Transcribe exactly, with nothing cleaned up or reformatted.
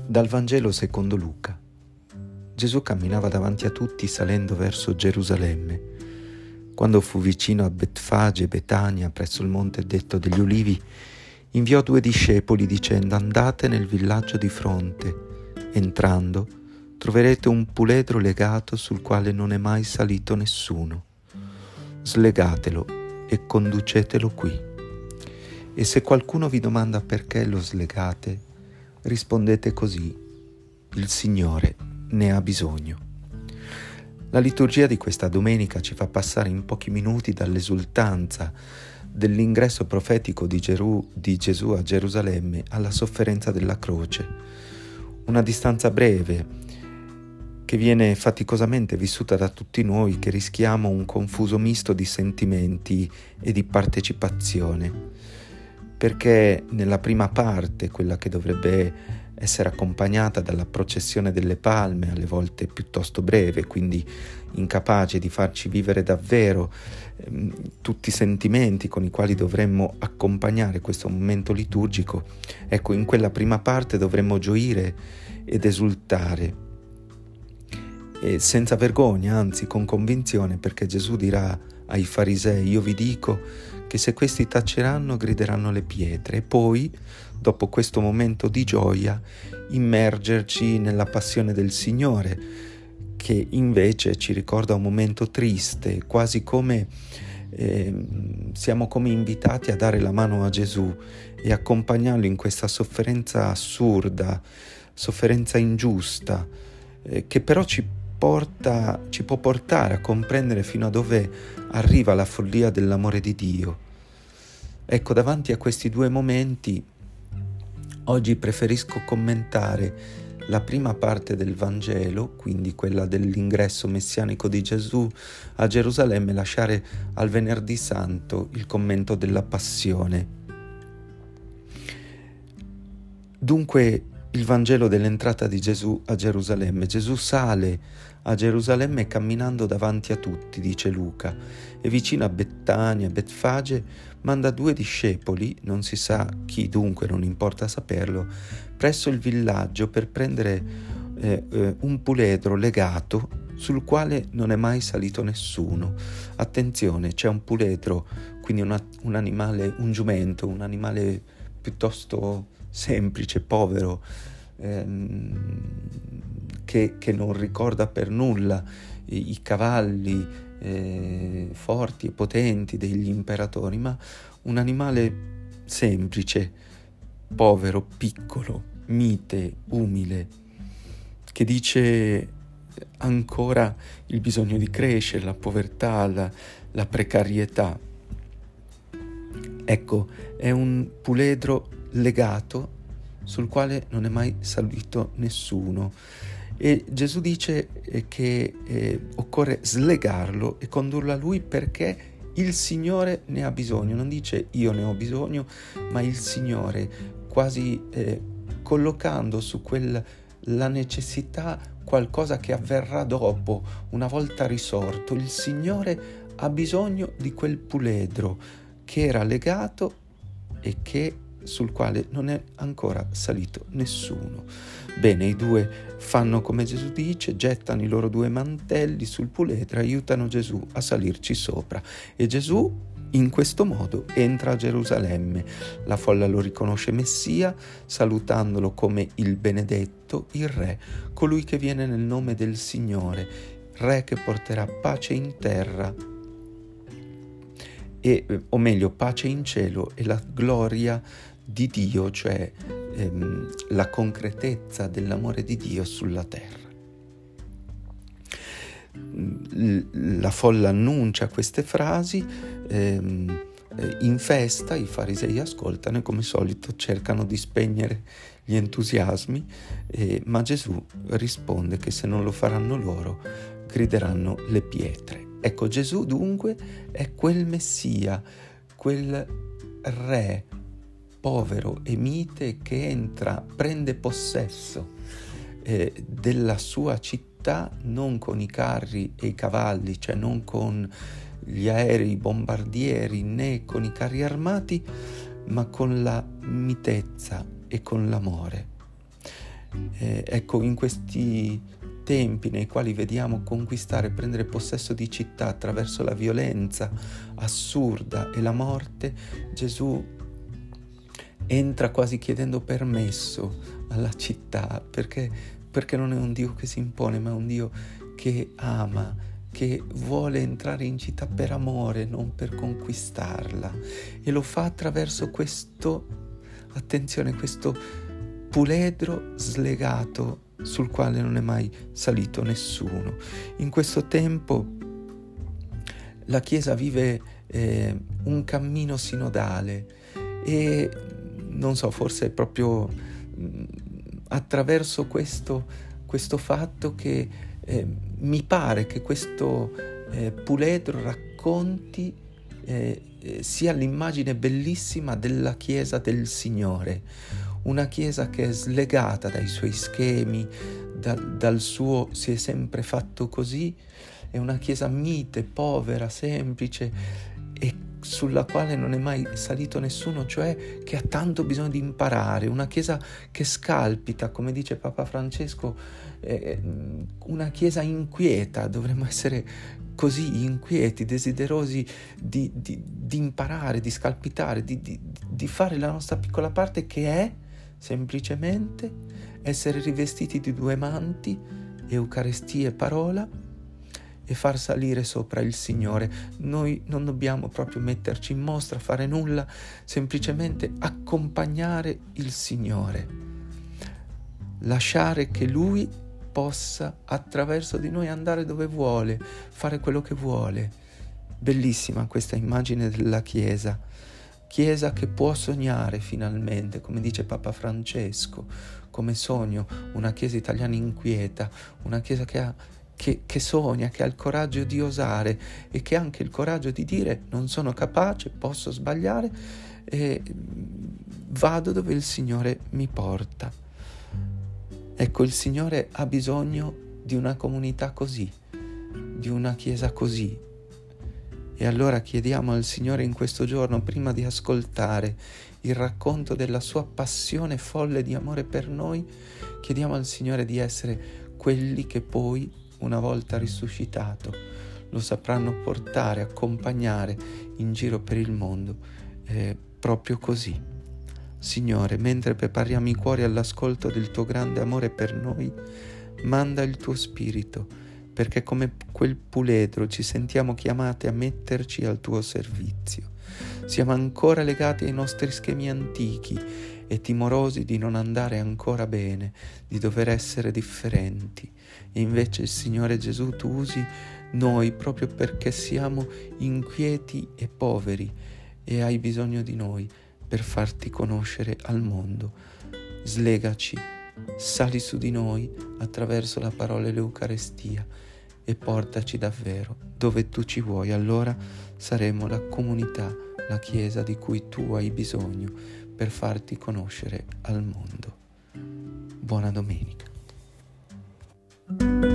Dal Vangelo secondo Luca. Gesù camminava davanti a tutti salendo verso Gerusalemme. Quando fu vicino a Betfage e Betania, presso il monte detto degli Ulivi, inviò due discepoli dicendo: andate nel villaggio di fronte. Entrando, troverete un puledro legato sul quale non è mai salito nessuno. Slegatelo e conducetelo qui. E se qualcuno vi domanda perché lo slegate, rispondete così: il Signore ne ha bisogno. La liturgia di questa domenica ci fa passare in pochi minuti dall'esultanza dell'ingresso profetico di, Geru, di Gesù a Gerusalemme alla sofferenza della croce. Una distanza breve che viene faticosamente vissuta da tutti noi, che rischiamo un confuso misto di sentimenti e di partecipazione. Perché nella prima parte, quella che dovrebbe essere accompagnata dalla processione delle palme, alle volte piuttosto breve, quindi incapace di farci vivere davvero ehm, tutti i sentimenti con i quali dovremmo accompagnare questo momento liturgico, ecco, in quella prima parte dovremmo gioire ed esultare, e senza vergogna, anzi con convinzione, perché Gesù dirà ai farisei: io vi dico che se questi taceranno, grideranno le pietre. E poi, dopo questo momento di gioia, immergerci nella passione del Signore, che invece ci ricorda un momento triste, quasi come eh, siamo come invitati a dare la mano a Gesù e accompagnarlo in questa sofferenza assurda, sofferenza ingiusta, eh, che però ci Porta, ci può portare a comprendere fino a dove arriva la follia dell'amore di Dio. Ecco, davanti a questi due momenti, oggi preferisco commentare la prima parte del Vangelo, quindi quella dell'ingresso messianico di Gesù a Gerusalemme, e lasciare al Venerdì Santo il commento della Passione. Dunque, il Vangelo dell'entrata di Gesù a Gerusalemme. Gesù sale a Gerusalemme camminando davanti a tutti, dice Luca, e vicino a Betania e Betfage manda due discepoli, non si sa chi, dunque non importa saperlo, presso il villaggio per prendere eh, eh, un puledro legato sul quale non è mai salito nessuno. Attenzione, c'è un puledro, quindi una, un animale, un giumento, un animale piuttosto semplice, povero, ehm, che, che non ricorda per nulla i, i cavalli eh, forti e potenti degli imperatori, ma un animale semplice, povero, piccolo, mite, umile, che dice ancora il bisogno di crescere, la povertà, la, la precarietà. Ecco, è un puledro legato sul quale non è mai salito nessuno, e Gesù dice che eh, occorre slegarlo e condurlo a Lui perché il Signore ne ha bisogno. Non dice io ne ho bisogno, ma il Signore, quasi eh, collocando su quella la necessità qualcosa che avverrà dopo, una volta risorto. Il Signore ha bisogno di quel puledro che era legato e che sul quale non è ancora salito nessuno. Bene, i due fanno come Gesù dice, gettano i loro due mantelli sul puledro, aiutano Gesù a salirci sopra, e Gesù in questo modo entra a Gerusalemme. La folla lo riconosce Messia, salutandolo come il benedetto, il Re, colui che viene nel nome del Signore, Re che porterà pace in terra, e, o meglio, pace in cielo e la gloria di Dio, cioè ehm, la concretezza dell'amore di Dio sulla terra. La folla annuncia queste frasi, ehm, in festa i farisei ascoltano e come solito cercano di spegnere gli entusiasmi, eh, ma Gesù risponde che se non lo faranno loro, grideranno le pietre. Ecco, Gesù dunque è quel Messia, quel Re povero e mite che entra, prende possesso eh, della sua città, non con i carri e i cavalli, cioè non con gli aerei bombardieri né con i carri armati, ma con la mitezza e con l'amore. Eh, ecco, in questi tempi nei quali vediamo conquistare e prendere possesso di città attraverso la violenza assurda e la morte, Gesù entra quasi chiedendo permesso alla città, perché, perché non è un Dio che si impone, ma è un Dio che ama, che vuole entrare in città per amore, non per conquistarla, e lo fa attraverso questo, attenzione, questo puledro slegato sul quale non è mai salito nessuno. In questo tempo la Chiesa vive eh, un cammino sinodale e non so, forse è proprio mh, attraverso questo, questo fatto che eh, mi pare che questo eh, puledro racconti eh, eh, sia l'immagine bellissima della Chiesa del Signore. Una Chiesa che è slegata dai suoi schemi, da, dal suo si è sempre fatto così, è una Chiesa mite, povera, semplice e sulla quale non è mai salito nessuno, cioè che ha tanto bisogno di imparare, una Chiesa che scalpita, come dice Papa Francesco, eh, una Chiesa inquieta, dovremmo essere così inquieti, desiderosi di, di, di imparare, di scalpitare, di, di, di fare la nostra piccola parte, che è semplicemente essere rivestiti di due manti, Eucaristia e parola, e far salire sopra il Signore. Noi non dobbiamo proprio metterci in mostra, fare nulla, semplicemente accompagnare il Signore, lasciare che Lui possa attraverso di noi andare dove vuole, fare quello che vuole. Bellissima questa immagine della Chiesa. Chiesa che può sognare finalmente, come dice Papa Francesco, come sogno una Chiesa italiana inquieta, una Chiesa che, ha, che, che sogna, che ha il coraggio di osare e che ha anche il coraggio di dire: non sono capace, posso sbagliare e vado dove il Signore mi porta. Ecco, il Signore ha bisogno di una comunità così, di una Chiesa così. E allora chiediamo al Signore in questo giorno, prima di ascoltare il racconto della sua passione folle di amore per noi, chiediamo al Signore di essere quelli che poi, una volta risuscitato, lo sapranno portare, accompagnare in giro per il mondo, eh, proprio così. Signore, mentre prepariamo i cuori all'ascolto del tuo grande amore per noi, manda il tuo Spirito, perché come quel puledro ci sentiamo chiamati a metterci al tuo servizio. Siamo ancora legati ai nostri schemi antichi e timorosi di non andare ancora bene, di dover essere differenti. E invece, Signore Gesù, tu usi noi proprio perché siamo inquieti e poveri e hai bisogno di noi per farti conoscere al mondo. Slegaci, sali su di noi attraverso la parola e l'Eucaristia e portaci davvero dove tu ci vuoi. Allora saremo la comunità, la Chiesa di cui tu hai bisogno per farti conoscere al mondo. Buona domenica.